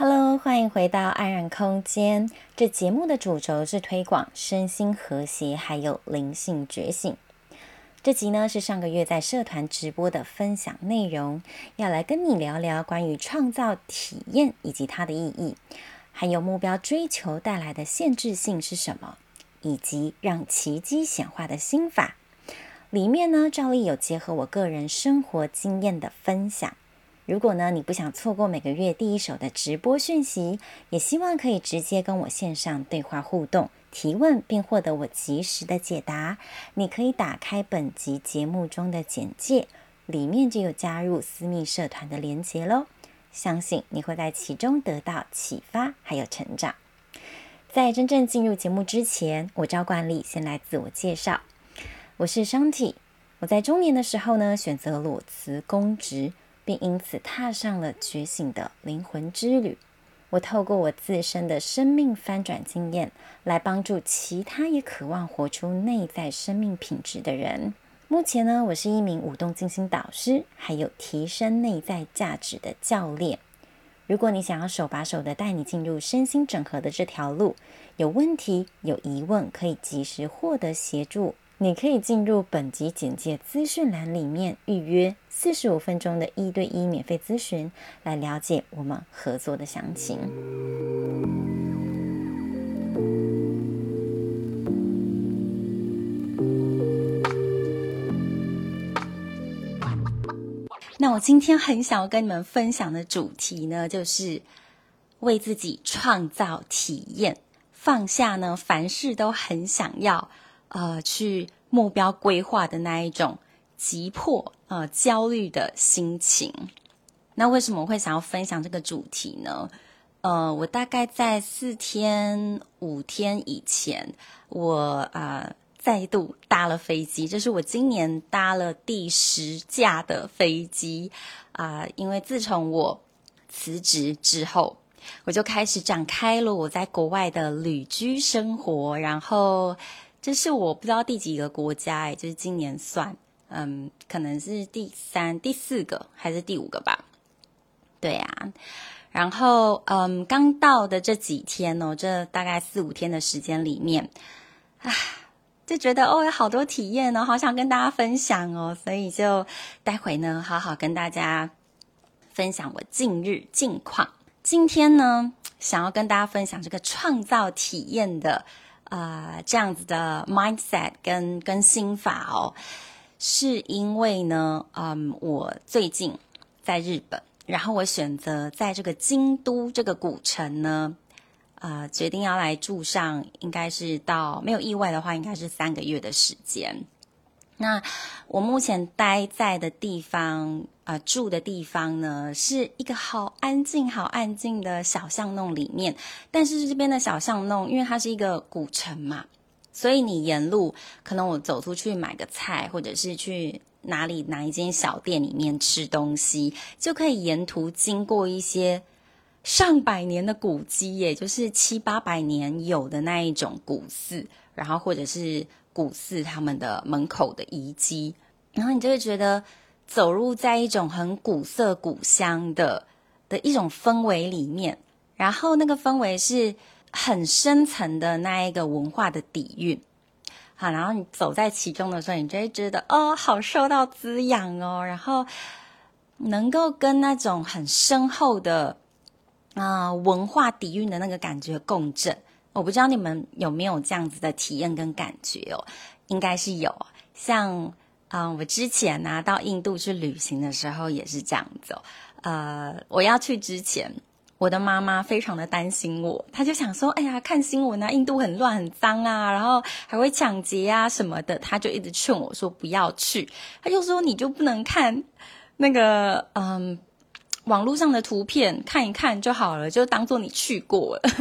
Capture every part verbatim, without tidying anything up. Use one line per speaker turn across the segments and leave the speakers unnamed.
Hello，欢迎回到安然空间。这节目的主轴是推广身心和谐，还有灵性觉醒。这集呢是上个月在社团直播的分享内容，要来跟你聊聊关于创造体验以及它的意义，还有目标追求带来的限制性是什么，以及让奇迹显化的心法。里面呢，照例有结合我个人生活经验的分享。如果呢，你不想错过每个月第一手的直播讯息，也希望可以直接跟我线上对话互动、提问，并获得我及时的解答。你可以打开本集节目中的简介，里面就有加入私密社团的连结咯。相信你会在其中得到启发还有成长。在真正进入节目之前，我照惯例先来自我介绍。我是Shanti，我在中年的时候呢，选择裸辞公职，并因此踏上了觉醒的灵魂之旅。我透过我自身的生命翻转经验，来帮助其他也渴望活出内在生命品质的人。目前呢，我是一名舞动静心导师，还有提升内在价值的教练。如果你想要手把手的带你进入身心整合的这条路，有问题、有疑问，可以及时获得协助。你可以进入本集简介资讯栏里面预约四十五分钟的一对一免费咨询，来了解我们合作的详情。那我今天很想要跟你们分享的主题呢，就是为自己创造体验，放下呢凡事都很想要呃，去目标规划的那一种急迫、呃焦虑的心情。那为什么我会想要分享这个主题呢？呃，我大概在四天、五天以前，我呃再度搭了飞机，这是我今年搭了第十架的飞机啊、呃。因为自从我辞职之后，我就开始展开了我在国外的旅居生活，然后这是我不知道第几个国家诶，就是今年算，嗯，可能是第三、第四个还是第五个吧。对啊，然后嗯，刚到的这几天哦，这大概四五天的时间里面，啊，就觉得哦有好多体验哦，好想跟大家分享哦，所以就待会呢，好好跟大家分享我近日近况。今天呢，想要跟大家分享这个创造体验的呃这样子的 mindset 跟跟心法哦，是因为呢，嗯，我最近在日本，然后我选择在这个京都这个古城呢，呃，决定要来住上，应该是到没有意外的话，应该是三个月的时间。那我目前待在的地方，呃，住的地方呢，是一个好安静、好安静的小巷弄里面。但是这边的小巷弄，因为它是一个古城嘛，所以你沿路可能我走出去买个菜，或者是去哪里哪一间小店里面吃东西，就可以沿途经过一些上百年的古迹耶，就是七八百年有的那一种古寺，然后或者是古寺他们的门口的遗迹，然后你就会觉得走入在一种很古色古香的的一种氛围里面，然后那个氛围是很深层的那一个文化的底蕴。好，然后你走在其中的时候，你就会觉得哦，好受到滋养哦，然后能够跟那种很深厚的啊、呃、文化底蕴的那个感觉共振。我不知道你们有没有这样子的体验跟感觉哦，应该是有。像嗯、呃，我之前啊到印度去旅行的时候也是这样子哦。呃，我要去之前，我的妈妈非常的担心我，她就想说，哎呀，看新闻啊，印度很乱很脏啊，然后还会抢劫啊什么的，她就一直劝我说不要去。她就说你就不能看那个嗯网络上的图片，看一看就好了，就当做你去过了。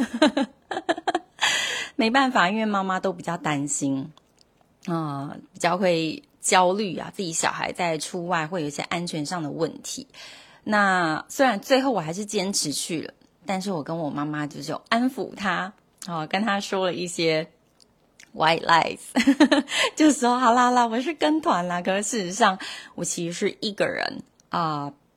没办法，因为妈妈都比较担心啊、呃，比较会焦虑啊，自己小孩在出外会有一些安全上的问题。那虽然最后我还是坚持去了，但是我跟我妈妈就是有安抚她，哦，跟她说了一些 white lies， 就是说好啦好啦，我是跟团啦，可是事实上我其实是一个人啊、呃，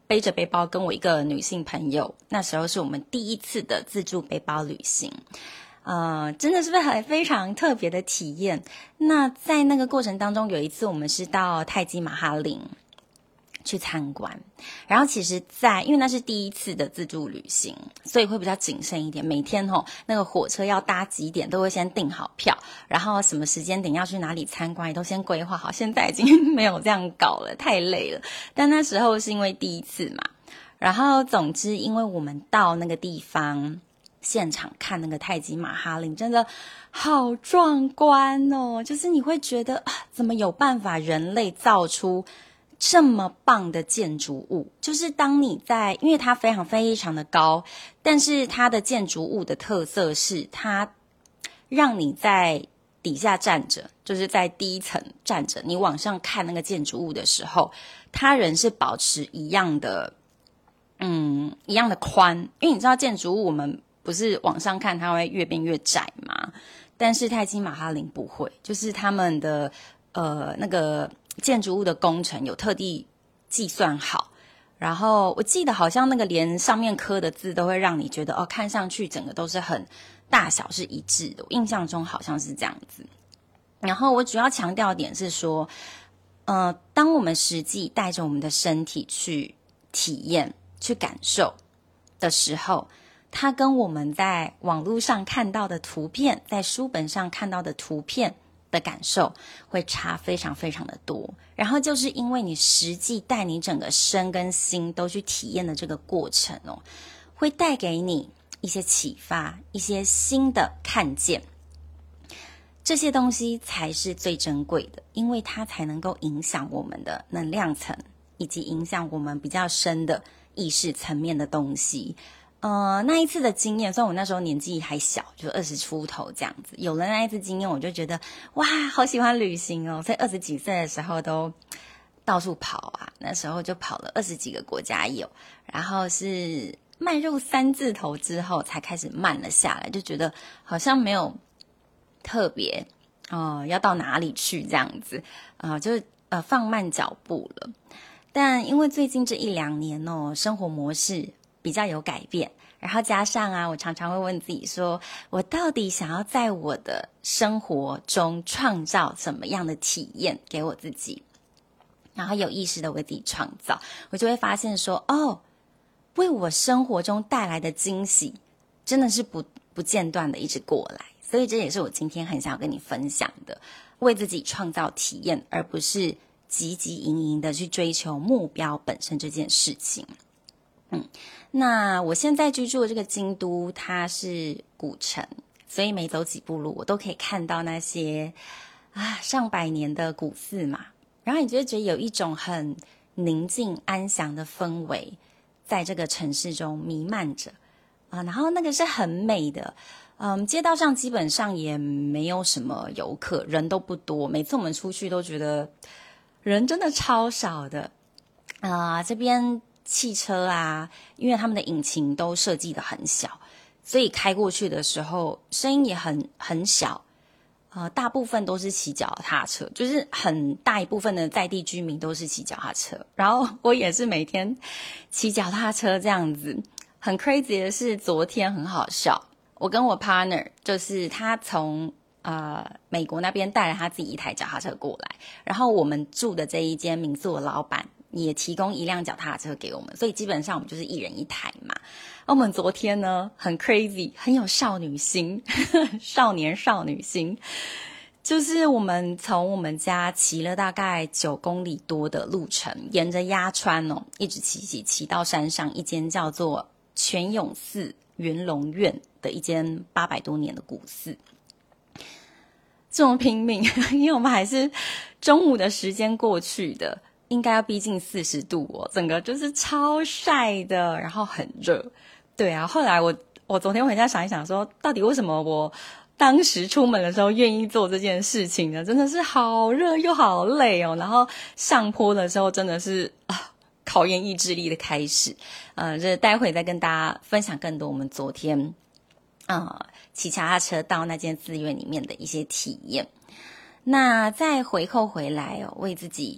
背着背包跟我一个女性朋友，那时候是我们第一次的自助背包旅行。呃，真的是很非常特别的体验。那在那个过程当中，有一次我们是到泰姬玛哈陵去参观，然后其实在因为那是第一次的自助旅行，所以会比较谨慎一点，每天吼那个火车要搭几点都会先订好票，然后什么时间点要去哪里参观也都先规划好。现在已经没有这样搞了，太累了，但那时候是因为第一次嘛。然后总之因为我们到那个地方现场看那个泰姬玛哈陵，真的好壮观哦，就是你会觉得啊，怎么有办法人类造出这么棒的建筑物。就是当你在，因为它非常非常的高，但是它的建筑物的特色是它让你在底下站着，就是在第一层站着，你往上看那个建筑物的时候，它人是保持一样的嗯一样的宽。因为你知道建筑物我们不是往上看它会越变越窄嘛，但是泰姬玛哈陵不会，就是他们的呃那个建筑物的工程有特地计算好，然后我记得好像那个连上面刻的字都会让你觉得哦，看上去整个都是很大小是一致的，我印象中好像是这样子。然后我主要强调点是说呃，当我们实际带着我们的身体去体验去感受的时候，它跟我们在网络上看到的图片，在书本上看到的图片的感受会差非常非常的多。然后就是因为你实际带你整个身跟心都去体验的这个过程哦，会带给你一些启发，一些新的看见。这些东西才是最珍贵的，因为它才能够影响我们的能量层，以及影响我们比较深的意识层面的东西。呃，那一次的经验，虽然我那时候年纪还小，就二十出头这样子，有了那一次经验，我就觉得哇，好喜欢旅行哦。所以二十几岁的时候都到处跑啊，那时候就跑了二十几个国家有，然后是迈入三字头之后才开始慢了下来，就觉得好像没有特别哦、呃、要到哪里去这样子啊、呃，就是呃放慢脚步了。但因为最近这一两年哦，生活模式比较有改变，然后加上啊，我常常会问自己说，我到底想要在我的生活中创造什么样的体验给我自己，然后有意识的为自己创造，我就会发现说，哦，为我生活中带来的惊喜真的是不不间断的一直过来。所以这也是我今天很想要跟你分享的，为自己创造体验，而不是汲汲营营的去追求目标本身这件事情。嗯，那我现在居住的这个京都，它是古城，所以每走几步路，我都可以看到那些啊上百年的古寺嘛，然后你就会觉得有一种很宁静安详的氛围，在这个城市中弥漫着啊，然后那个是很美的。嗯，街道上基本上也没有什么游客，人都不多。每次我们出去都觉得人真的超少的啊、呃。这边汽车啊，因为他们的引擎都设计得很小，所以开过去的时候声音也很很小。呃，大部分都是骑脚踏车，就是很大一部分的在地居民都是骑脚踏车。然后我也是每天骑脚踏车这样子。很 crazy 的是，昨天很好笑。我跟我 partner 就是他从呃美国那边带了他自己一台脚踏车过来，然后我们住的这一间民宿的老板也提供一辆脚踏车给我们，所以基本上我们就是一人一台嘛。我们昨天呢很 crazy， 很有少女心少年少女心，就是我们从我们家骑了大概九公里多的路程，沿着鸭川哦一直骑骑骑到山上一间叫做泉涌寺云龙院的一间八百多年的古寺。这么拼命，因为我们还是中午的时间过去的，应该要逼近四十度哦，整个就是超晒的，然后很热。对啊，后来我我昨天回家想一想说，到底为什么我当时出门的时候愿意做这件事情呢？真的是好热又好累哦，然后上坡的时候真的是啊考验意志力的开始。呃，这待会再跟大家分享更多我们昨天呃骑脚踏车到那间寺院里面的一些体验。那再回扣回来哦，为自己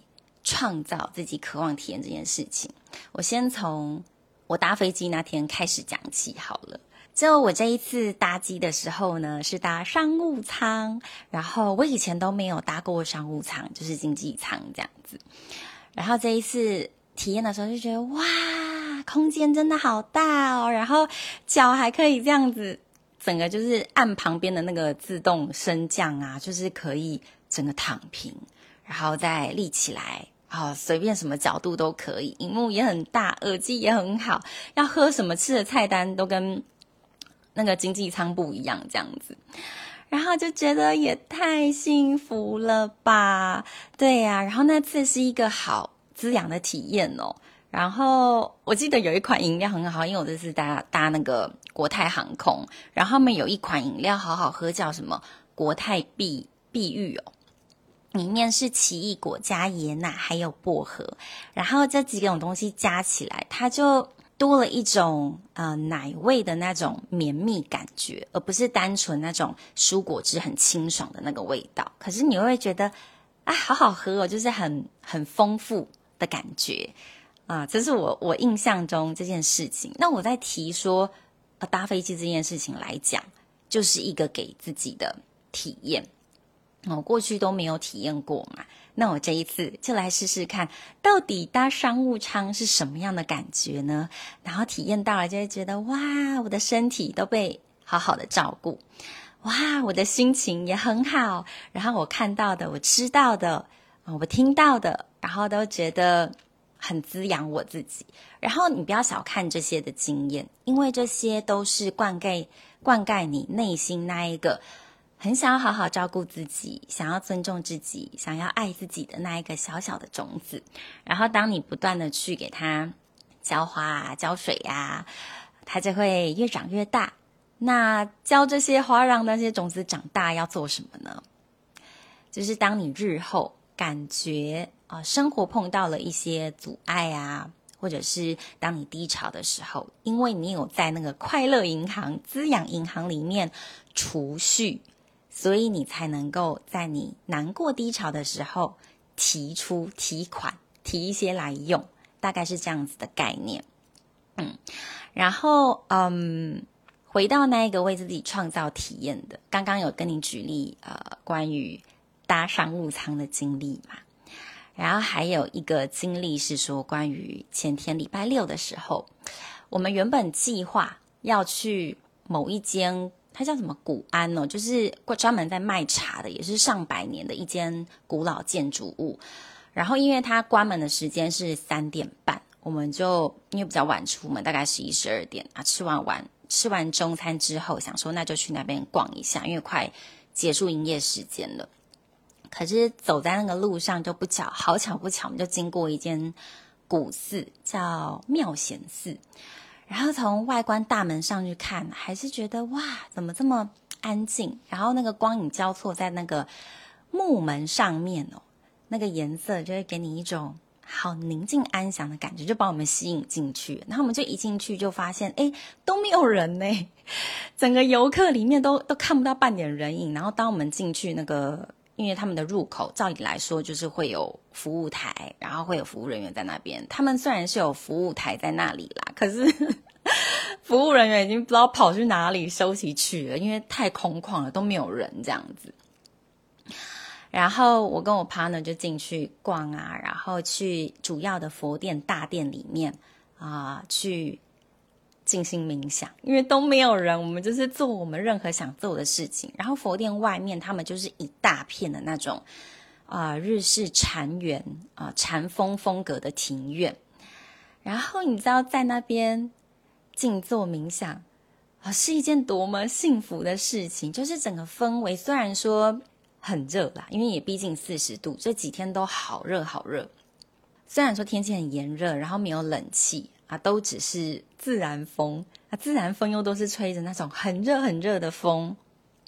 创造自己渴望体验这件事情。我先从我搭飞机那天开始讲起好了。就我这一次搭机的时候呢，是搭商务舱，然后我以前都没有搭过商务舱，就是经济舱这样子。然后这一次体验的时候就觉得哇，空间真的好大哦，然后脚还可以这样子，整个就是按旁边的那个自动升降啊，就是可以整个躺平，然后再立起来。好，随便什么角度都可以，萤幕也很大，耳机也很好，要喝什么吃的菜单都跟那个经济舱不一样这样子，然后就觉得也太幸福了吧。对呀、啊，然后那次是一个好滋养的体验哦。然后我记得有一款饮料很好，因为我这次搭搭那个国泰航空，然后他们有一款饮料好好喝，叫什么国泰碧碧玉哦，里面是奇异果加椰奶还有薄荷，然后这几种东西加起来，它就多了一种呃奶味的那种绵密感觉，而不是单纯那种蔬果汁很清爽的那个味道。可是你会觉得啊，好好喝哦，就是很很丰富的感觉啊、呃，这是我我印象中这件事情。那我在提说呃搭飞机这件事情来讲，就是一个给自己的体验。我、哦、过去都没有体验过嘛，那我这一次就来试试看，到底搭商务舱是什么样的感觉呢？然后体验到了就会觉得哇，我的身体都被好好的照顾，哇，我的心情也很好，然后我看到的，我吃到的，我听到的，然后都觉得很滋养我自己。然后你不要小看这些的经验，因为这些都是灌溉灌溉你内心那一个很想要好好照顾自己，想要尊重自己，想要爱自己的那一个小小的种子。然后当你不断的去给它浇花啊、浇水啊，它就会越长越大。那教这些花让那些种子长大要做什么呢？就是当你日后感觉啊、呃，生活碰到了一些阻碍啊，或者是当你低潮的时候，因为你有在那个快乐银行、滋养银行里面储蓄，所以你才能够在你难过低潮的时候提出提款，提一些来用，大概是这样子的概念。嗯，然后嗯，回到那个为自己创造体验的，刚刚有跟你举例呃，关于搭商务舱的经历嘛，然后还有一个经历是说关于前天礼拜六的时候，我们原本计划要去某一间，它叫什么古安哦，就是专门在卖茶的，也是上百年的一间古老建筑物。然后因为它关门的时间是三点半，我们就因为比较晚出门，大概十一十二点啊，吃完晚吃完中餐之后，想说那就去那边逛一下，因为快结束营业时间了。可是走在那个路上就不巧，好巧不巧，我们就经过一间古寺，叫妙显寺。然后从外观大门上去看，还是觉得哇，怎么这么安静？然后那个光影交错在那个木门上面哦，那个颜色就会给你一种好宁静安详的感觉，就把我们吸引进去。然后我们就一进去就发现，哎，都没有人呢，整个游客里面都都看不到半点人影。然后当我们进去那个，因为他们的入口照理来说就是会有服务台，然后会有服务人员在那边。他们虽然是有服务台在那里啦，可是服务人员已经不知道跑去哪里休息去了，因为太空旷了，都没有人这样子。然后我跟我 partner 就进去逛啊，然后去主要的佛殿大殿里面啊、呃、去静心冥想，因为都没有人，我们就是做我们任何想做的事情。然后佛殿外面他们就是一大片的那种啊、呃、日式禅园啊、呃、禅风风格的庭院。然后你知道在那边静坐冥想啊是一件多么幸福的事情，就是整个氛围虽然说很热啦，因为也毕竟四十度，这几天都好热好热。虽然说天气很炎热，然后没有冷气啊，都只是自然风啊，自然风又都是吹着那种很热很热的风，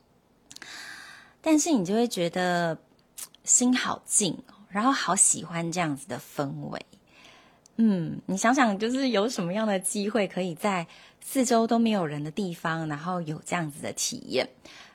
但是你就会觉得心好静哦，然后好喜欢这样子的氛围。嗯，你想想，就是有什么样的机会可以在四周都没有人的地方，然后有这样子的体验？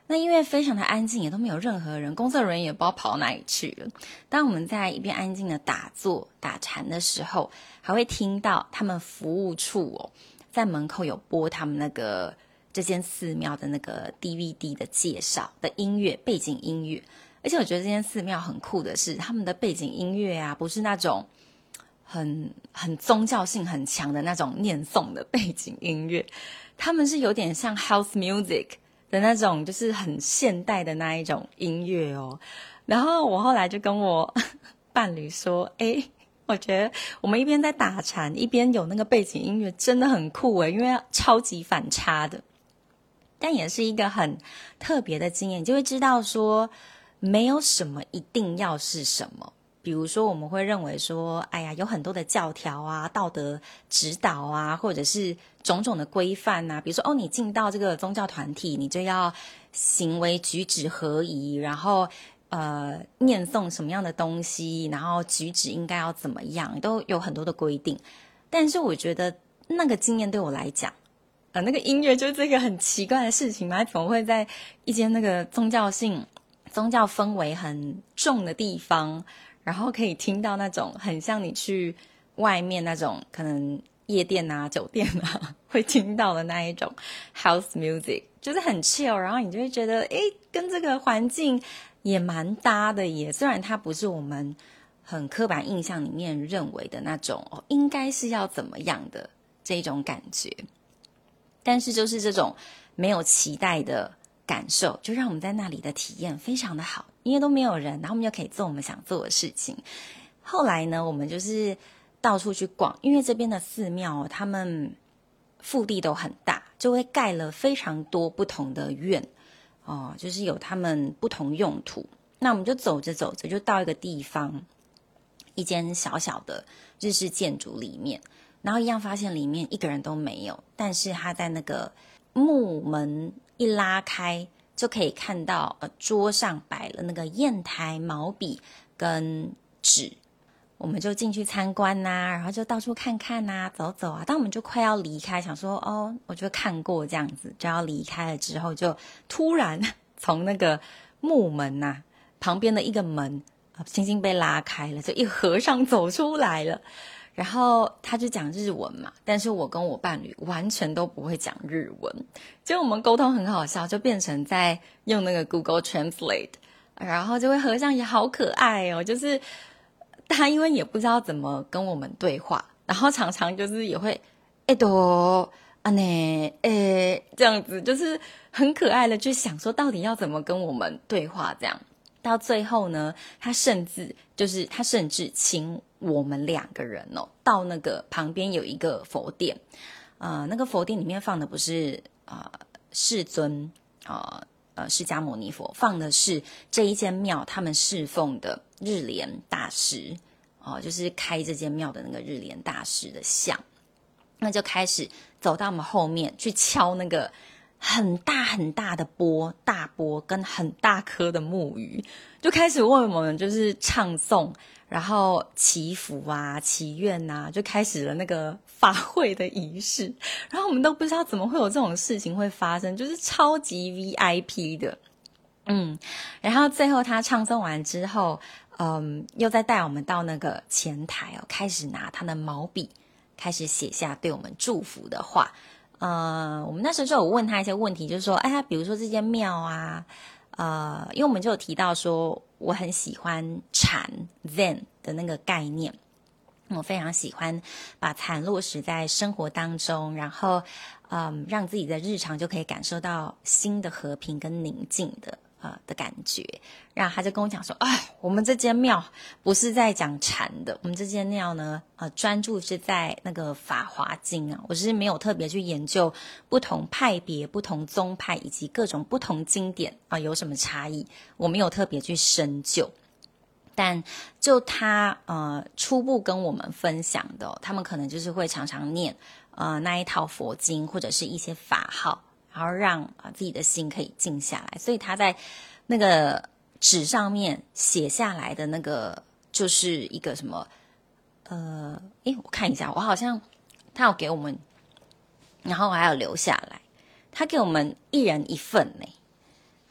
那因为非常的安静，也都没有任何人，工作人员也不知道跑到哪里去了。当我们在一边安静的打坐打禅的时候，还会听到他们服务处哦，在门口有播他们那个这间寺庙的那个 D V D 的介绍的音乐，背景音乐。而且我觉得这间寺庙很酷的是，他们的背景音乐啊，不是那种很很宗教性很强的那种念诵的背景音乐，他们是有点像 house music的那种，就是很现代的那一种音乐哦。然后我后来就跟我伴侣说，诶，我觉得我们一边在打禅，一边有那个背景音乐，真的很酷诶，因为超级反差的。但也是一个很特别的经验，你就会知道说，没有什么一定要是什么。比如说我们会认为说，哎呀，有很多的教条啊、道德指导啊，或者是种种的规范啊。比如说，哦，你进到这个宗教团体，你就要行为举止合宜，然后呃念诵什么样的东西，然后举止应该要怎么样，都有很多的规定。但是我觉得那个经验对我来讲，呃，那个音乐就是这个很奇怪的事情嘛，怎么会在一间那个宗教性、宗教氛围很重的地方，然后可以听到那种很像你去外面那种可能夜店啊、酒店啊会听到的那一种 house music， 就是很 chill， 然后你就会觉得，诶，跟这个环境也蛮搭的耶。虽然它不是我们很刻板印象里面认为的那种哦，应该是要怎么样的这种感觉。但是就是这种没有期待的感受，就让我们在那里的体验非常的好，因为都没有人，然后我们又可以做我们想做的事情。后来呢，我们就是到处去逛，因为这边的寺庙他们腹地都很大，就会盖了非常多不同的院哦，就是有他们不同用途。那我们就走着走着就到一个地方，一间小小的日式建筑里面，然后一样发现里面一个人都没有，但是他在那个木门一拉开，就可以看到呃桌上摆了那个砚台、毛笔跟纸。我们就进去参观呐、啊，然后就到处看看呐、啊，走走啊。当我们就快要离开，想说哦，我就看过这样子，就要离开了之后，就突然从那个木门呐、啊、旁边的一个门啊，轻轻被拉开了，就一和尚走出来了。然后他就讲日文嘛，但是我跟我伴侣完全都不会讲日文，结果我们沟通很好笑，就变成在用那个 Google Translate， 然后这位和尚也好可爱哦，就是他因为也不知道怎么跟我们对话，然后常常就是也会哎多啊呢哎这样子，就是很可爱的去想说到底要怎么跟我们对话这样。到最后呢，他甚至就是他甚至请我们两个人哦，到那个旁边有一个佛殿，呃，那个佛殿里面放的不是呃世尊呃呃释迦牟尼佛，放的是这一间庙他们侍奉的日莲大师哦、呃，就是开这间庙的那个日莲大师的像，那就开始走到我们后面去敲那个很大很大的钵，大钵跟很大颗的木鱼，就开始为我们就是唱诵，然后祈福啊、祈愿啊，就开始了那个法会的仪式。然后我们都不知道怎么会有这种事情会发生，就是超级 V I P 的，嗯。然后最后他唱诵完之后，嗯，又再带我们到那个前台哦，开始拿他的毛笔，开始写下对我们祝福的话。呃，我们那时候就有问他一些问题，就是说，哎，比如说这间庙啊，呃，因为我们就有提到说，我很喜欢禅 Zen 的那个概念，我非常喜欢把禅落实在生活当中，然后，嗯，让自己的日常就可以感受到心的和平跟宁静的。呃的感觉，然后他就跟我讲说，哎，我们这间庙不是在讲禅的，我们这间庙呢，呃，专注是在那个法华经啊，我是没有特别去研究不同派别、不同宗派以及各种不同经典啊、呃、有什么差异，我没有特别去深究。但就他呃初步跟我们分享的、哦，他们可能就是会常常念呃那一套佛经或者是一些法号。然后让啊自己的心可以静下来，所以他在那个纸上面写下来的那个就是一个什么呃，诶，我看一下，我好像他有给我们，然后还有留下来，他给我们一人一份呢，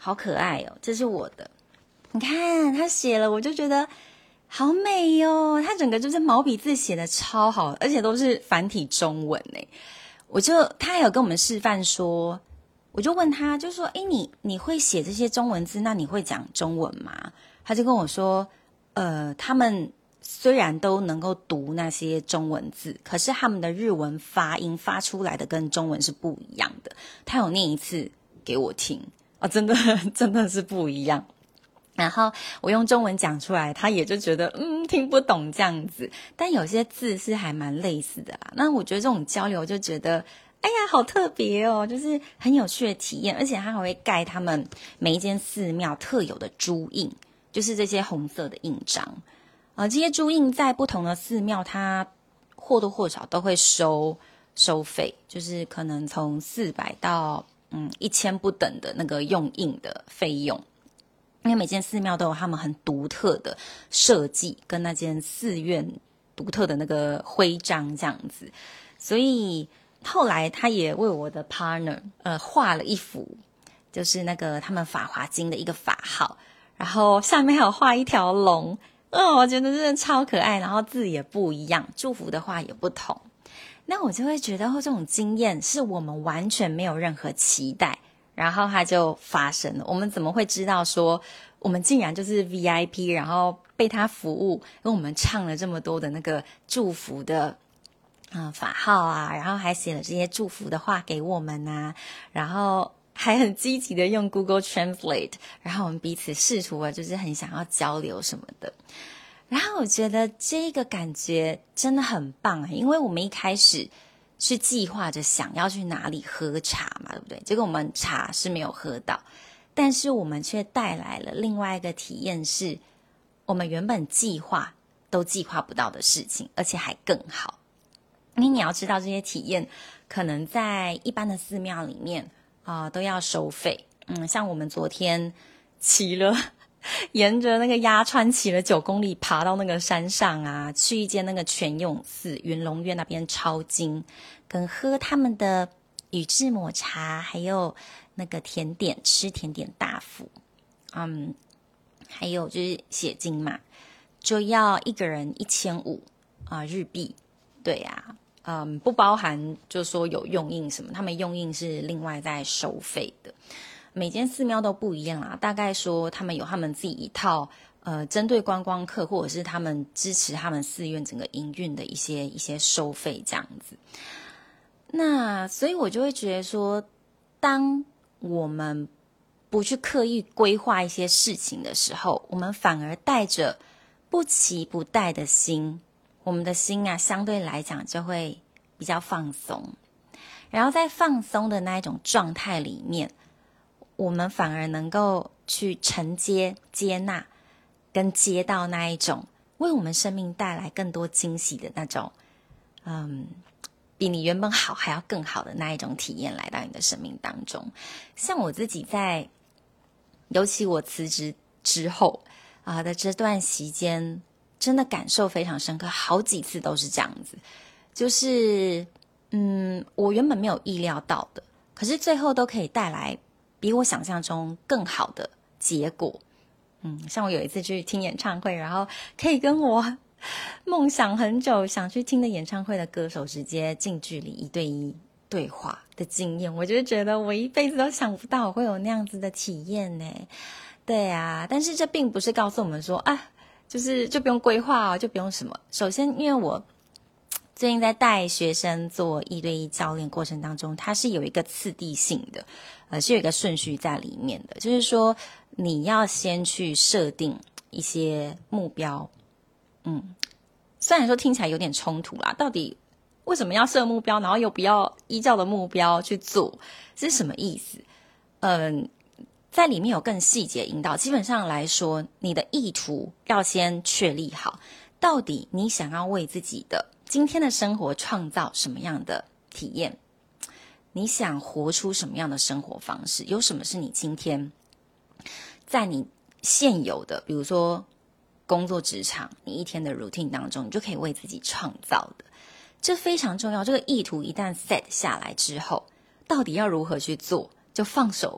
好可爱哦，这是我的。你看他写了，我就觉得好美哟、哦，他整个就是毛笔字写的超好，而且都是繁体中文诶。我就他还有跟我们示范说，我就问他，就说，诶，你你会写这些中文字，那你会讲中文吗？他就跟我说，呃，他们虽然都能够读那些中文字，可是他们的日文发音发出来的跟中文是不一样的。他有念一次给我听，哦，真的真的是不一样。然后我用中文讲出来，他也就觉得嗯听不懂这样子，但有些字是还蛮类似的啦。那我觉得这种交流就觉得，哎呀，好特别哦，就是很有趣的体验，而且他还会盖他们每一间寺庙特有的朱印，就是这些红色的印章。呃，这些朱印在不同的寺庙，它或多或少都会收收费，就是可能从四百到嗯一千不等的那个用印的费用。因为每间寺庙都有他们很独特的设计，跟那间寺院独特的那个徽章这样子，所以后来他也为我的 partner 呃画了一幅，就是那个他们法华经的一个法号，然后下面还有画一条龙，哦，我觉得真的超可爱，然后字也不一样，祝福的话也不同。那我就会觉得这种经验是我们完全没有任何期待，然后它就发生了。我们怎么会知道说我们竟然就是 V I P， 然后被他服务，跟我们唱了这么多的那个祝福的啊、呃、法号啊，然后还写了这些祝福的话给我们啊，然后还很积极的用 Google Translate， 然后我们彼此试图了就是很想要交流什么的。然后我觉得这个感觉真的很棒，因为我们一开始是计划着想要去哪里喝茶嘛，对不对？结果我们茶是没有喝到，但是我们却带来了另外一个体验，是我们原本计划都计划不到的事情，而且还更好。因为你要知道，这些体验可能在一般的寺庙里面啊、呃、都要收费。嗯，像我们昨天骑了。沿着那个鸭川骑了九公里，爬到那个山上啊，去一间那个泉涌寺云龙院那边抄经，跟喝他们的宇治抹茶，还有那个甜点，吃甜点大福，嗯，还有就是写经嘛，就要一个人一千五啊日币，对呀、啊，嗯，不包含就说有用印什么，他们用印是另外在收费的。每间寺庙都不一样啦，大概说他们有他们自己一套，呃，针对观光客或者是他们支持他们寺院整个营运的一些一些收费这样子。那所以我就会觉得说，当我们不去刻意规划一些事情的时候，我们反而带着不期不待的心，我们的心啊，相对来讲就会比较放松。然后在放松的那一种状态里面，我们反而能够去承接、接纳跟接到那一种为我们生命带来更多惊喜的那种，嗯，比你原本好还要更好的那一种体验来到你的生命当中。像我自己在，尤其我辞职之后啊、呃、的这段期间，真的感受非常深刻，好几次都是这样子，就是嗯，我原本没有意料到的，可是最后都可以带来比我想象中更好的结果。嗯，像我有一次去听演唱会，然后可以跟我梦想很久想去听的演唱会的歌手直接近距离一对一对话的经验，我就觉得我一辈子都想不到我会有那样子的体验呢。对啊，但是这并不是告诉我们说啊，就是就不用规划哦，就不用什么。首先，因为我最近在带学生做一对一教练过程当中，它是有一个次第性的，呃，是有一个顺序在里面的，就是说你要先去设定一些目标。嗯，虽然说听起来有点冲突啦，到底为什么要设目标，然后又不要依照的目标去做，这是什么意思？嗯，在里面有更细节引导。基本上来说，你的意图要先确立好，到底你想要为自己的今天的生活创造什么样的体验？你想活出什么样的生活方式？有什么是你今天在你现有的，比如说工作职场，你一天的 routine 当中，你就可以为自己创造的？这非常重要。这个意图一旦 set 下来之后，到底要如何去做？就放手吧，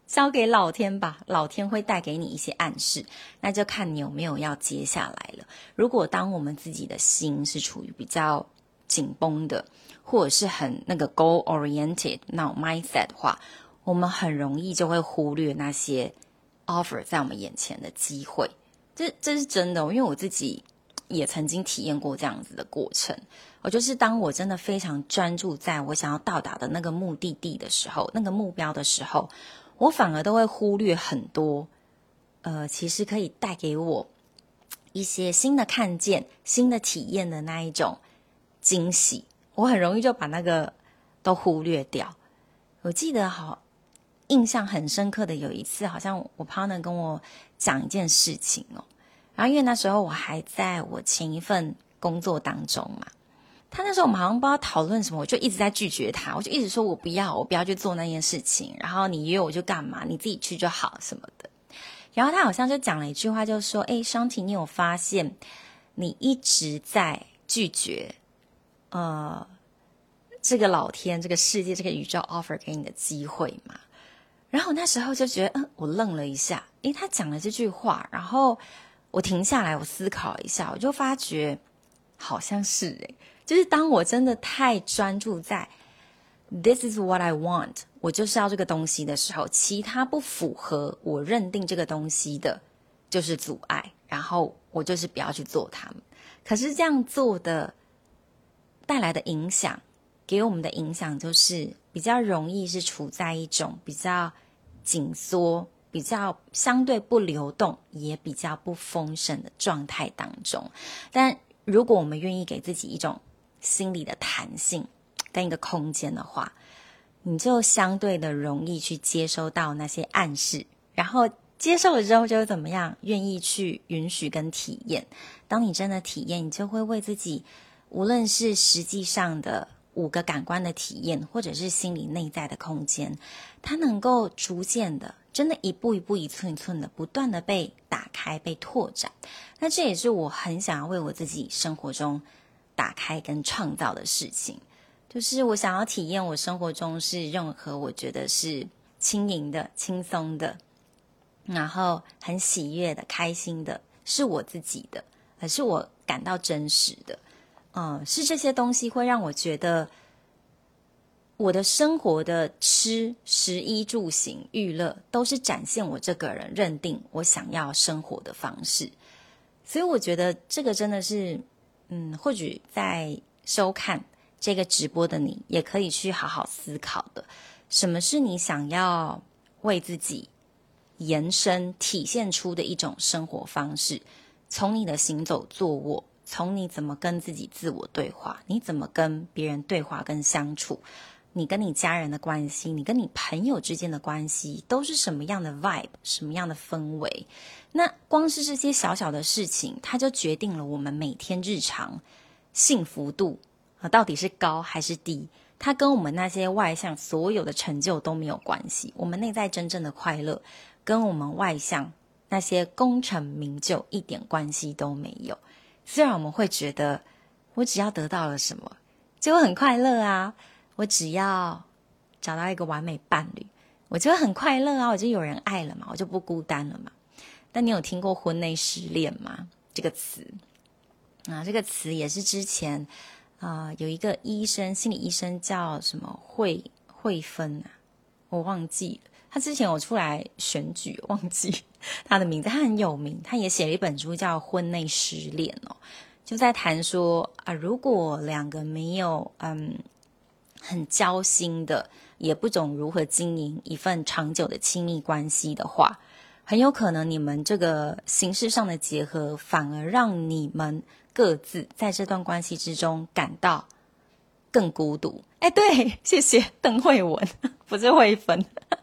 交给老天吧，老天会带给你一些暗示，那就看你有没有要接下来了。如果当我们自己的心是处于比较紧绷的，或者是很那个 goal oriented 那种 mindset 的话，我们很容易就会忽略那些 offer 在我们眼前的机会。这这是真的，因为我自己也曾经体验过这样子的过程。我就是当我真的非常专注在我想要到达的那个目的地的时候，那个目标的时候，我反而都会忽略很多呃，其实可以带给我一些新的看见、新的体验的那一种惊喜，我很容易就把那个都忽略掉。我记得好印象很深刻的有一次，好像我 partner 跟我讲一件事情哦，然后因为那时候我还在我前一份工作当中嘛，他那时候我们好像不知道讨论什么，我就一直在拒绝他，我就一直说我不要，我不要去做那件事情，然后你约我就干嘛，你自己去就好什么的。然后他好像就讲了一句话，就说：“诶，商婷，你有发现你一直在拒绝，呃，这个老天、这个世界、这个宇宙 offer 给你的机会吗？”然后我那时候就觉得，嗯，我愣了一下，诶，他讲了这句话，然后我停下来，我思考了一下，我就发觉好像是诶，就是当我真的太专注在 This is what I want， 我就是要这个东西的时候，其他不符合我认定这个东西的就是阻碍，然后我就是不要去做它们。可是这样做的带来的影响，给我们的影响就是比较容易是处在一种比较紧缩、比较相对不流动，也比较不丰盛的状态当中。但如果我们愿意给自己一种心理的弹性跟一个空间的话，你就相对的容易去接收到那些暗示，然后接受了之后就怎么样，愿意去允许跟体验。当你真的体验，你就会为自己无论是实际上的五个感官的体验，或者是心理内在的空间，它能够逐渐的真的一步一步一寸一寸的不断的被打开被拓展。那这也是我很想要为我自己生活中打开跟创造的事情，就是我想要体验我生活中是任何我觉得是轻盈的轻松的，然后很喜悦的开心的，是我自己的，而是我感到真实的。嗯，是这些东西会让我觉得我的生活的吃食衣住行娱乐都是展现我这个人认定我想要生活的方式。所以我觉得这个真的是嗯，或许在收看这个直播的你也可以去好好思考的，什么是你想要为自己延伸体现出的一种生活方式，从你的行走坐卧，从你怎么跟自己自我对话，你怎么跟别人对话跟相处，你跟你家人的关系，你跟你朋友之间的关系，都是什么样的 vibe， 什么样的氛围。那光是这些小小的事情，它就决定了我们每天日常幸福度到底是高还是低。它跟我们那些外向所有的成就都没有关系，我们内在真正的快乐跟我们外向那些功成名就一点关系都没有。虽然我们会觉得我只要得到了什么就会很快乐啊，我只要找到一个完美伴侣我就会很快乐啊，我就有人爱了嘛，我就不孤单了嘛。但你有听过婚内失恋吗？这个词啊，这个词也是之前啊、呃、有一个医生，心理医生叫什么惠惠芬啊，我忘记了。他之前有出来选举，忘记他的名字，他很有名，他也写了一本书叫《婚内失恋》哦，就在谈说啊，如果两个没有嗯很交心的，也不懂如何经营一份长久的亲密关系的话，很有可能你们这个形式上的结合，反而让你们各自在这段关系之中感到更孤独。哎，对，谢谢邓慧文，不是慧芬，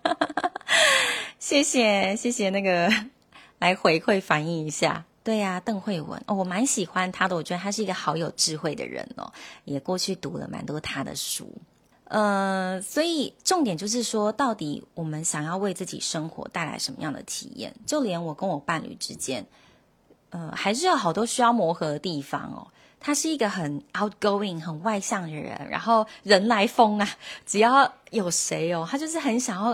谢谢谢谢那个来回馈反映一下。对呀、啊，邓慧文哦，我蛮喜欢他的，我觉得他是一个好有智慧的人哦，也过去读了蛮多他的书。呃，所以重点就是说，到底我们想要为自己生活带来什么样的体验？就连我跟我伴侣之间，呃，还是有好多需要磨合的地方哦。他是一个很 outgoing 很外向的人，然后人来疯啊，只要有谁哦，他就是很想要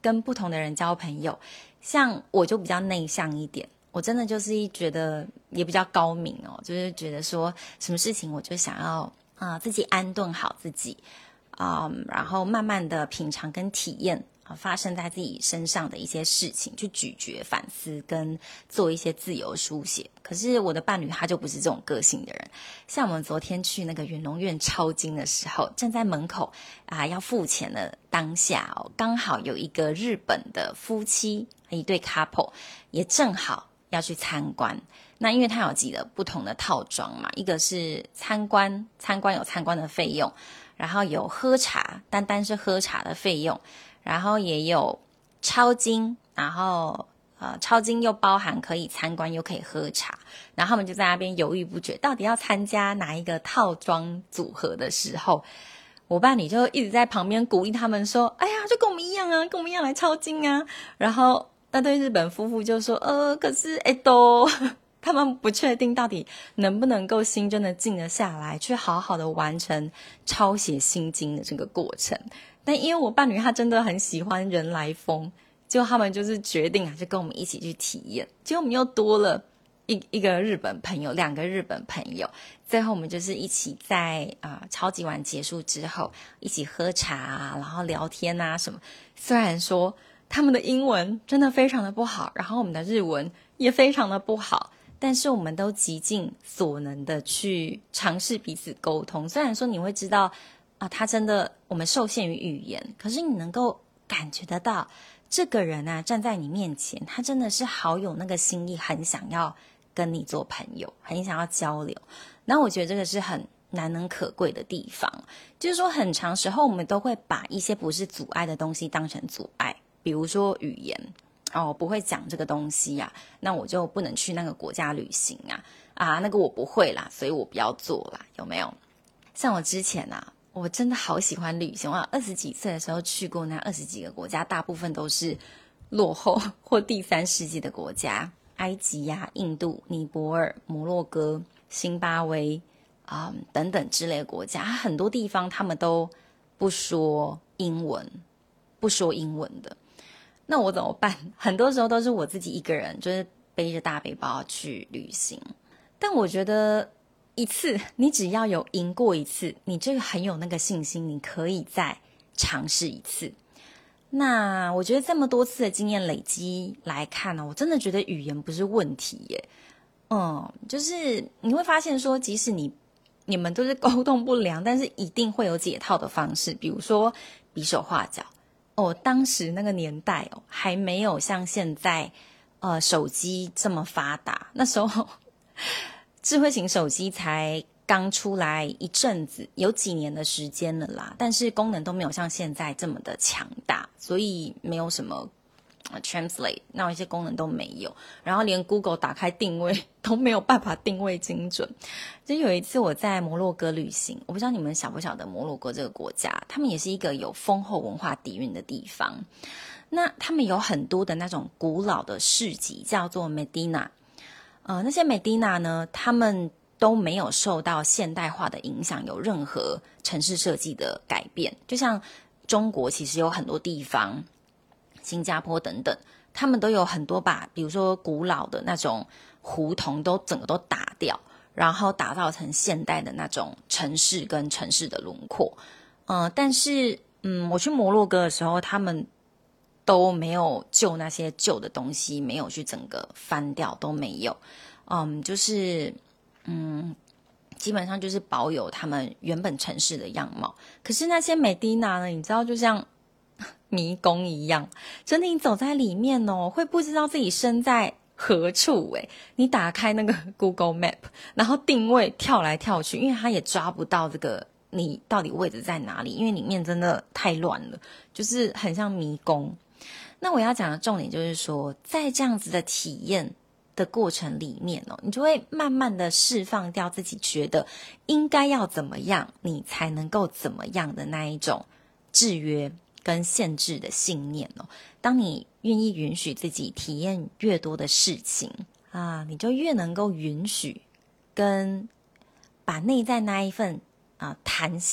跟不同的人交朋友。像我就比较内向一点，我真的就是觉得也比较高明哦，就是觉得说什么事情我就想要啊、呃、自己安顿好自己，嗯，然后慢慢的品尝跟体验啊、呃、发生在自己身上的一些事情，去咀嚼、反思跟做一些自由书写。可是我的伴侣他就不是这种个性的人，像我们昨天去那个远隆院抄经的时候，站在门口啊、呃、要付钱的当下哦，刚好有一个日本的夫妻，一对 couple 也正好要去参观。那因为他有几个不同的套装嘛，一个是参观，参观有参观的费用，然后有喝茶，单单是喝茶的费用，然后也有抄经，然后呃抄经又包含可以参观又可以喝茶，然后他们就在那边犹豫不决，到底要参加哪一个套装组合的时候，我伴侣就一直在旁边鼓励他们说，哎呀，就跟我们一样啊，跟我们一样来抄经啊。然后那对日本夫妇就说，呃，可是哎都他们不确定到底能不能够心真的静得下来，去好好的完成抄写心经的这个过程。但因为我伴侣他真的很喜欢人来疯，结果他们就是决定还是跟我们一起去体验。结果我们又多了一一个日本朋友，两个日本朋友，最后我们就是一起在啊、呃、超级晚结束之后，一起喝茶啊，然后聊天啊什么。虽然说他们的英文真的非常的不好，然后我们的日文也非常的不好，但是我们都极尽所能的去尝试彼此沟通。虽然说你会知道啊，他真的我们受限于语言，可是你能够感觉得到这个人啊站在你面前，他真的是好有那个心意，很想要跟你做朋友，很想要交流。那我觉得这个是很难能可贵的地方，就是说很长时候我们都会把一些不是阻碍的东西当成阻碍，比如说语言哦，我不会讲这个东西啊，那我就不能去那个国家旅行啊啊，那个我不会啦，所以我不要做啦，有没有？像我之前啊，我真的好喜欢旅行，我二十几岁的时候去过那二十几个国家，大部分都是落后或第三世界的国家，埃及呀、啊、印度、尼泊尔、摩洛哥、辛巴威啊、嗯、等等之类的国家，很多地方他们都不说英文，不说英文的。那我怎么办？很多时候都是我自己一个人，就是背着大背包去旅行。但我觉得一次，你只要有赢过一次，你这个很有那个信心，你可以再尝试一次。那我觉得这么多次的经验累积来看呢、哦，我真的觉得语言不是问题耶。嗯，就是你会发现说，即使你你们都是沟通不良，但是一定会有解套的方式，比如说比手画脚。哦，当时那个年代哦，还没有像现在呃手机这么发达，那时候智慧型手机才刚出来一阵子，有几年的时间了啦，但是功能都没有像现在这么的强大，所以没有什么呃 translate 那一些功能都没有，然后连 Google 打开定位都没有办法定位精准。就有一次我在摩洛哥旅行，我不知道你们晓不晓得摩洛哥这个国家，他们也是一个有丰厚文化底蕴的地方。那他们有很多的那种古老的市集，叫做 Medina。呃，那些 Medina 呢，他们都没有受到现代化的影响，有任何城市设计的改变。就像中国其实有很多地方，新加坡等等，他们都有很多把比如说古老的那种胡同都整个都打掉，然后打造成现代的那种城市跟城市的轮廓。呃，但是嗯，我去摩洛哥的时候，他们都没有旧那些旧的东西，没有去整个翻掉，都没有。嗯，就是嗯，基本上就是保有他们原本城市的样貌。可是那些美迪娜呢，你知道就像迷宫一样，真的你走在里面哦，会不知道自己身在何处诶。你打开那个 Google Map， 然后定位跳来跳去，因为它也抓不到这个你到底位置在哪里，因为里面真的太乱了，就是很像迷宫。那我要讲的重点就是说，在这样子的体验的过程里面哦，你就会慢慢的释放掉自己觉得应该要怎么样，你才能够怎么样的那一种制约跟限制的信念哦。当你愿意允许自己体验越多的事情啊，你就越能够允许跟把内在那一份啊弹性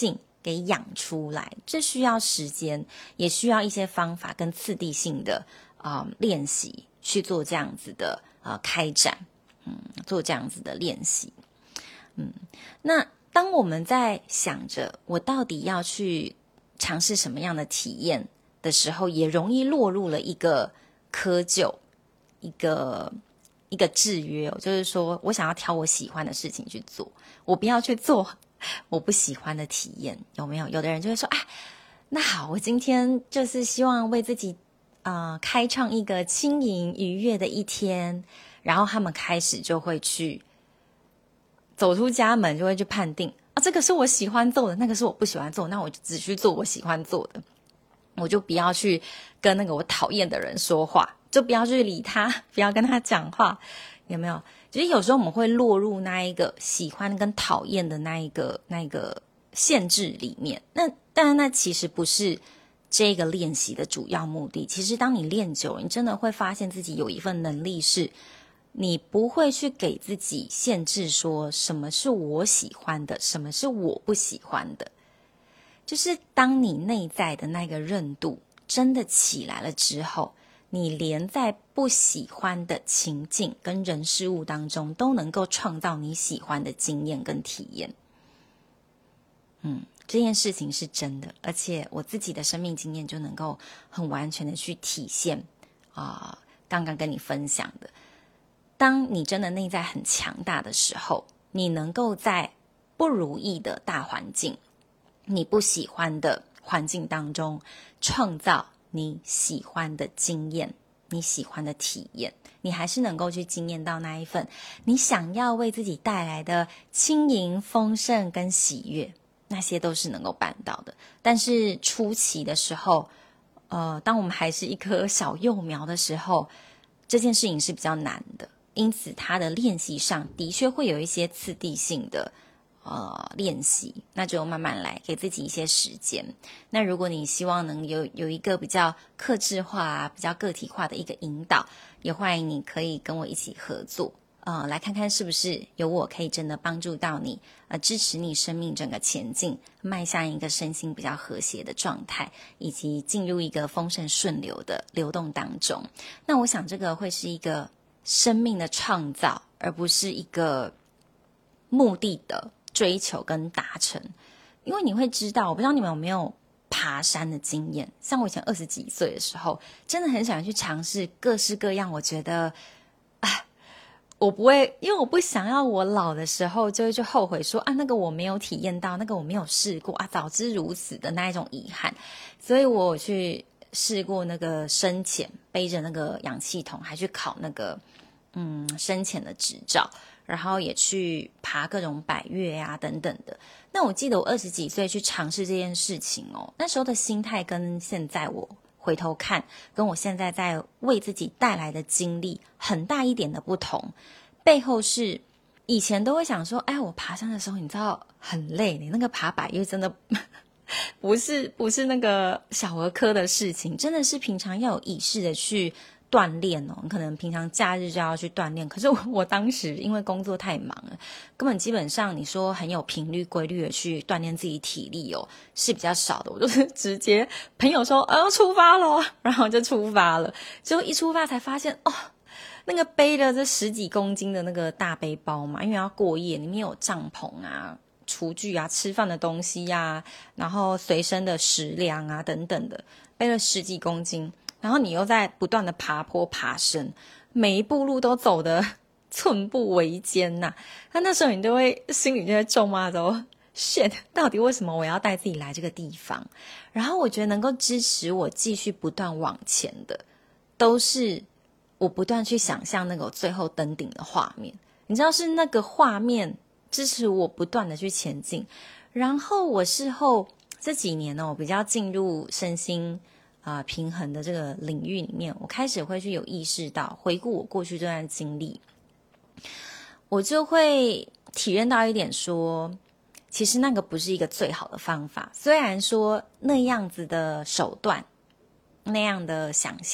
给养出来，这需要时间，也需要一些方法跟次第性的呃练习去做这样子的呃开展，嗯，做这样子的练习。嗯，那当我们在想着我到底要去尝试什么样的体验的时候，也容易落入了一个窠臼，一个一个制约哦，就是说我想要挑我喜欢的事情去做，我不要去做我不喜欢的体验，有没有？有的人就会说，啊，那好，我今天就是希望为自己呃开创一个轻盈愉悦的一天，然后他们开始就会去走出家门，就会去判定啊，这个是我喜欢做的，那个是我不喜欢做，那我就只去做我喜欢做的，我就不要去跟那个我讨厌的人说话，就不要去理他，不要跟他讲话，有没有？其实有时候我们会落入那一个喜欢跟讨厌的那一个那一个限制里面，那当然那其实不是这个练习的主要目的。其实当你练久了，你真的会发现自己有一份能力是你不会去给自己限制，说什么是我喜欢的，什么是我不喜欢的。就是当你内在的那个韧度真的起来了之后，你连在不喜欢的情境跟人事物当中都能够创造你喜欢的经验跟体验。嗯，这件事情是真的，而且我自己的生命经验就能够很完全的去体现啊、呃，刚刚跟你分享的。当你真的内在很强大的时候，你能够在不如意的大环境，你不喜欢的环境当中创造你喜欢的经验，你喜欢的体验，你还是能够去经验到那一份你想要为自己带来的轻盈、丰盛跟喜悦，那些都是能够办到的。但是初期的时候，呃，当我们还是一棵小幼苗的时候，这件事情是比较难的，因此它的练习上的确会有一些次第性的呃，练习，那就慢慢来，给自己一些时间。那如果你希望能有有一个比较客制化、比较个体化的一个引导，也欢迎你可以跟我一起合作，呃，来看看是不是有我可以真的帮助到你，呃，支持你生命整个前进，迈向一个身心比较和谐的状态，以及进入一个丰盛顺流的流动当中。那我想这个会是一个生命的创造，而不是一个目的的追求跟达成。因为你会知道，我不知道你们有没有爬山的经验，像我以前二十几岁的时候，真的很想去尝试各式各样，我觉得啊，我不会，因为我不想要我老的时候就会去后悔说啊，那个我没有体验到，那个我没有试过啊，早知如此的那一种遗憾。所以我去试过那个深潜，背着那个氧气筒，还去考那个嗯深潜的执照，然后也去爬各种百岳啊等等的。那我记得我二十几岁去尝试这件事情哦，那时候的心态跟现在我回头看，跟我现在在为自己带来的经历很大一点的不同。背后是以前都会想说，哎，我爬山的时候你知道很累，你那个爬百岳真的不是不是那个小儿科的事情，真的是平常要有意识的去锻炼哦，可能平常假日就要去锻炼。可是我我当时因为工作太忙了，根本基本上你说很有频率规律的去锻炼自己体力哦，是比较少的。我就是直接朋友说啊要出发咯，然后就出发了。结果一出发才发现哦，那个背了这十几公斤的那个大背包嘛，因为要过夜，里面有帐篷啊、厨具啊、吃饭的东西啊，然后随身的食粮啊等等的，背了十几公斤。然后你又在不断的爬坡爬升，每一步路都走得寸步维艰呐、啊。那那时候你都会心里就会咒骂着 shit， 到底为什么我要带自己来这个地方？然后我觉得能够支持我继续不断往前的，都是我不断去想象那个最后登顶的画面。你知道是那个画面支持我不断的去前进。然后我事后这几年呢，我比较进入身心啊、呃、平衡的这个领域里面，我开始会去有意识到，回顾我过去这段经历，我就会体验到一点说，其实那个不是一个最好的方法。虽然说那样子的手段，那样的想象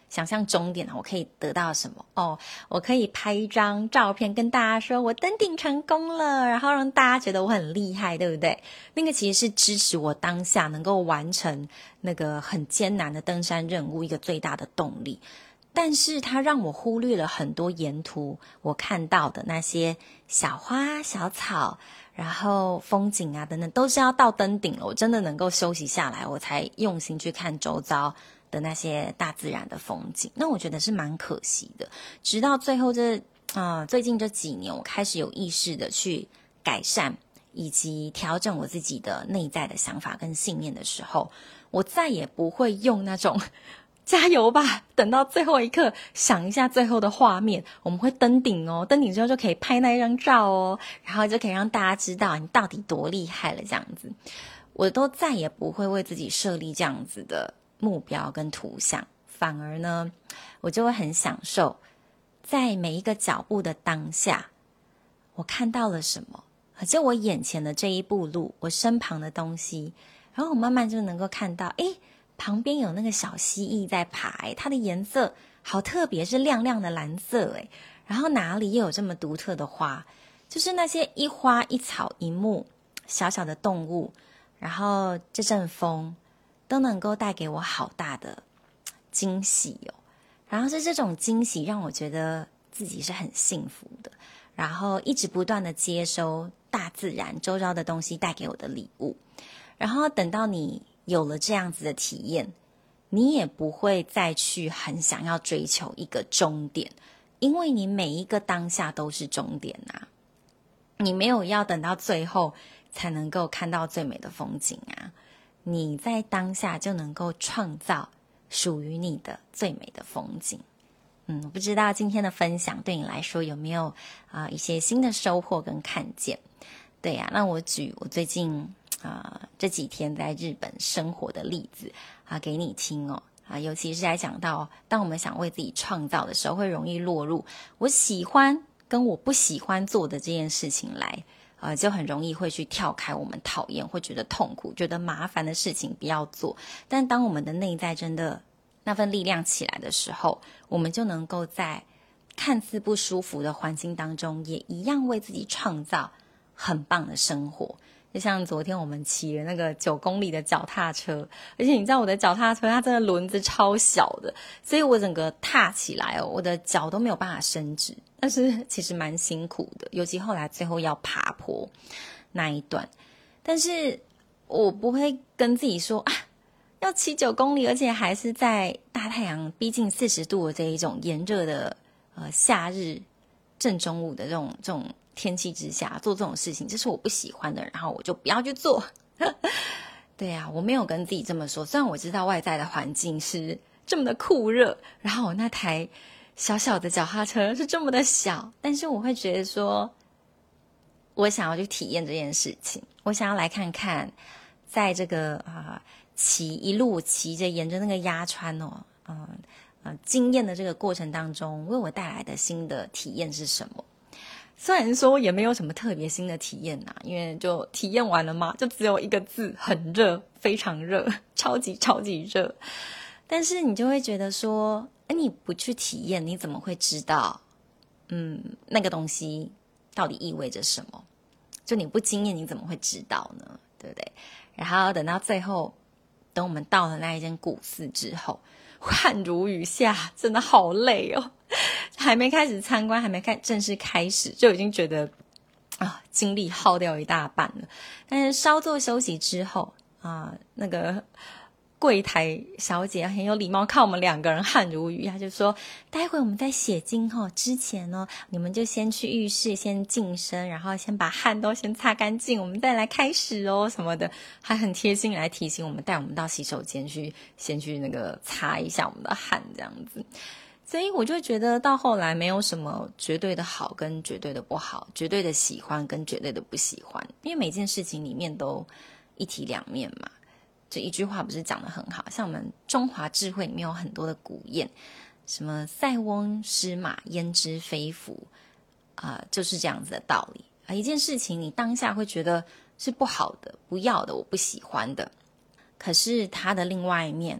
想象终点我可以得到什么哦，我可以拍一张照片跟大家说我登顶成功了，然后让大家觉得我很厉害，对不对？那个其实是支持我当下能够完成那个很艰难的登山任务一个最大的动力。但是它让我忽略了很多沿途我看到的那些小花小草，然后风景啊等等，都是要到登顶了我真的能够休息下来，我才用心去看周遭的那些大自然的风景。那我觉得是蛮可惜的。直到最后这呃最近这几年，我开始有意识的去改善以及调整我自己的内在的想法跟信念的时候，我再也不会用那种加油吧，等到最后一刻想一下最后的画面，我们会登顶哦，登顶之后就可以拍那一张照哦，然后就可以让大家知道你到底多厉害了这样子。我都再也不会为自己设立这样子的目标跟图像，反而呢我就会很享受在每一个脚步的当下我看到了什么，就我眼前的这一步路，我身旁的东西，然后我慢慢就能够看到诶旁边有那个小蜥蜴在爬，它的颜色好特别，是亮亮的蓝色诶。然后哪里又有这么独特的花，就是那些一花一草一木小小的动物，然后这阵风都能够带给我好大的惊喜哦。然后是这种惊喜让我觉得自己是很幸福的，然后一直不断的接收大自然周遭的东西带给我的礼物，然后等到你有了这样子的体验，你也不会再去很想要追求一个终点，因为你每一个当下都是终点啊，你没有要等到最后才能够看到最美的风景啊，你在当下就能够创造属于你的最美的风景。嗯，我不知道今天的分享对你来说有没有啊、呃、一些新的收获跟看见。对呀、啊，那我举我最近啊、呃、这几天在日本生活的例子啊给你听哦啊，尤其是在讲到当我们想为自己创造的时候，会容易落入我喜欢跟我不喜欢做的这件事情来，呃，就很容易会去跳开我们讨厌、会觉得痛苦、觉得麻烦的事情不要做。但当我们的内在真的那份力量起来的时候，我们就能够在看似不舒服的环境当中，也一样为自己创造很棒的生活。就像昨天我们骑了那个九公里的脚踏车，而且你知道我的脚踏车它真的轮子超小的，所以我整个踏起来哦，我的脚都没有办法伸直，但是其实蛮辛苦的，尤其后来最后要爬坡那一段。但是我不会跟自己说啊，要骑九公里，而且还是在大太阳逼近四十度的这一种炎热的呃夏日正中午的这种这种天气之下做这种事情，这是我不喜欢的，然后我就不要去做。对啊，我没有跟自己这么说，虽然我知道外在的环境是这么的酷热，然后我那台小小的脚踏车是这么的小，但是我会觉得说我想要去体验这件事情，我想要来看看在这个啊、呃、骑一路骑着沿着那个鸭川哦，嗯呃经验的这个过程当中，为我带来的新的体验是什么。虽然说也没有什么特别新的体验呐、啊，因为就体验完了嘛，就只有一个字，很热，非常热，超级超级热。但是你就会觉得说，哎，你不去体验，你怎么会知道，嗯，那个东西到底意味着什么？就你不经验，你怎么会知道呢？对不对？然后等到最后，等我们到了那一间古寺之后，汗如雨下，真的好累哦。还没开始参观，还没开正式开始，就已经觉得啊，精力耗掉一大半了。但是稍作休息之后啊，那个柜台小姐很有礼貌，看我们两个人汗如雨，她就说：“待会我们在写经哦，之前哦，你们就先去浴室先净身，然后先把汗都先擦干净，我们再来开始哦什么的。”还很贴心来提醒我们，带我们到洗手间去，先去那个擦一下我们的汗，这样子。所以我就觉得到后来没有什么绝对的好跟绝对的不好，绝对的喜欢跟绝对的不喜欢，因为每件事情里面都一体两面嘛。这一句话不是讲得很好，像我们中华智慧里面有很多的古谚，什么塞翁失马焉知非福啊、呃，就是这样子的道理啊。一件事情你当下会觉得是不好的、不要的、我不喜欢的，可是它的另外一面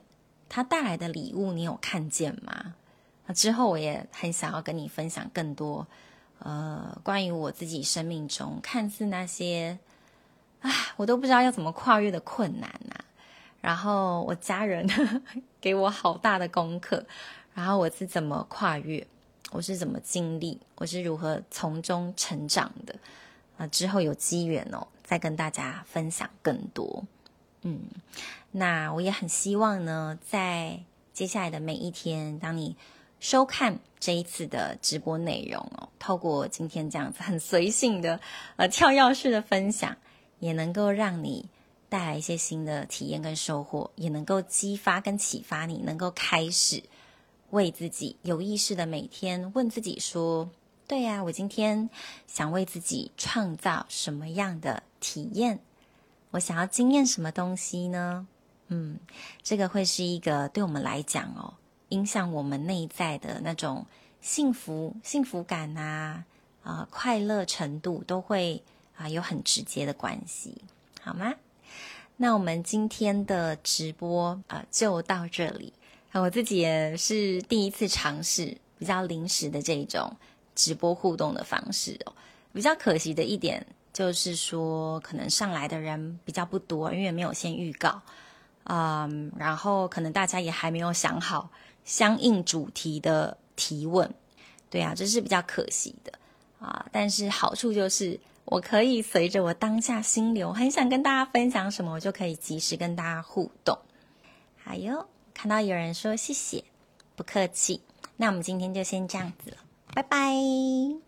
它带来的礼物你有看见吗？那之后我也很想要跟你分享更多呃，关于我自己生命中看似那些唉我都不知道要怎么跨越的困难啊，然后我家人给我好大的功课，然后我是怎么跨越，我是怎么经历，我是如何从中成长的啊、呃，之后有机缘哦再跟大家分享更多。嗯，那我也很希望呢，在接下来的每一天，当你收看这一次的直播内容哦，透过今天这样子很随性的呃跳跃式的分享，也能够让你带来一些新的体验跟收获，也能够激发跟启发你，能够开始为自己有意识的每天问自己说，对呀、啊，我今天想为自己创造什么样的体验？我想要经验什么东西呢？嗯，这个会是一个对我们来讲哦，影响我们内在的那种幸福、幸福感啊，啊、呃，快乐程度都会啊、呃、有很直接的关系，好吗？那我们今天的直播啊、呃、就到这里。我自己也是第一次尝试比较临时的这种直播互动的方式哦，比较可惜的一点就是说，可能上来的人比较不多，因为没有先预告，嗯，然后可能大家也还没有想好相应主题的提问，对啊，这是比较可惜的啊。但是好处就是我可以随着我当下心流，很想跟大家分享什么，我就可以及时跟大家互动。还有看到有人说谢谢，不客气，那我们今天就先这样子了，拜拜。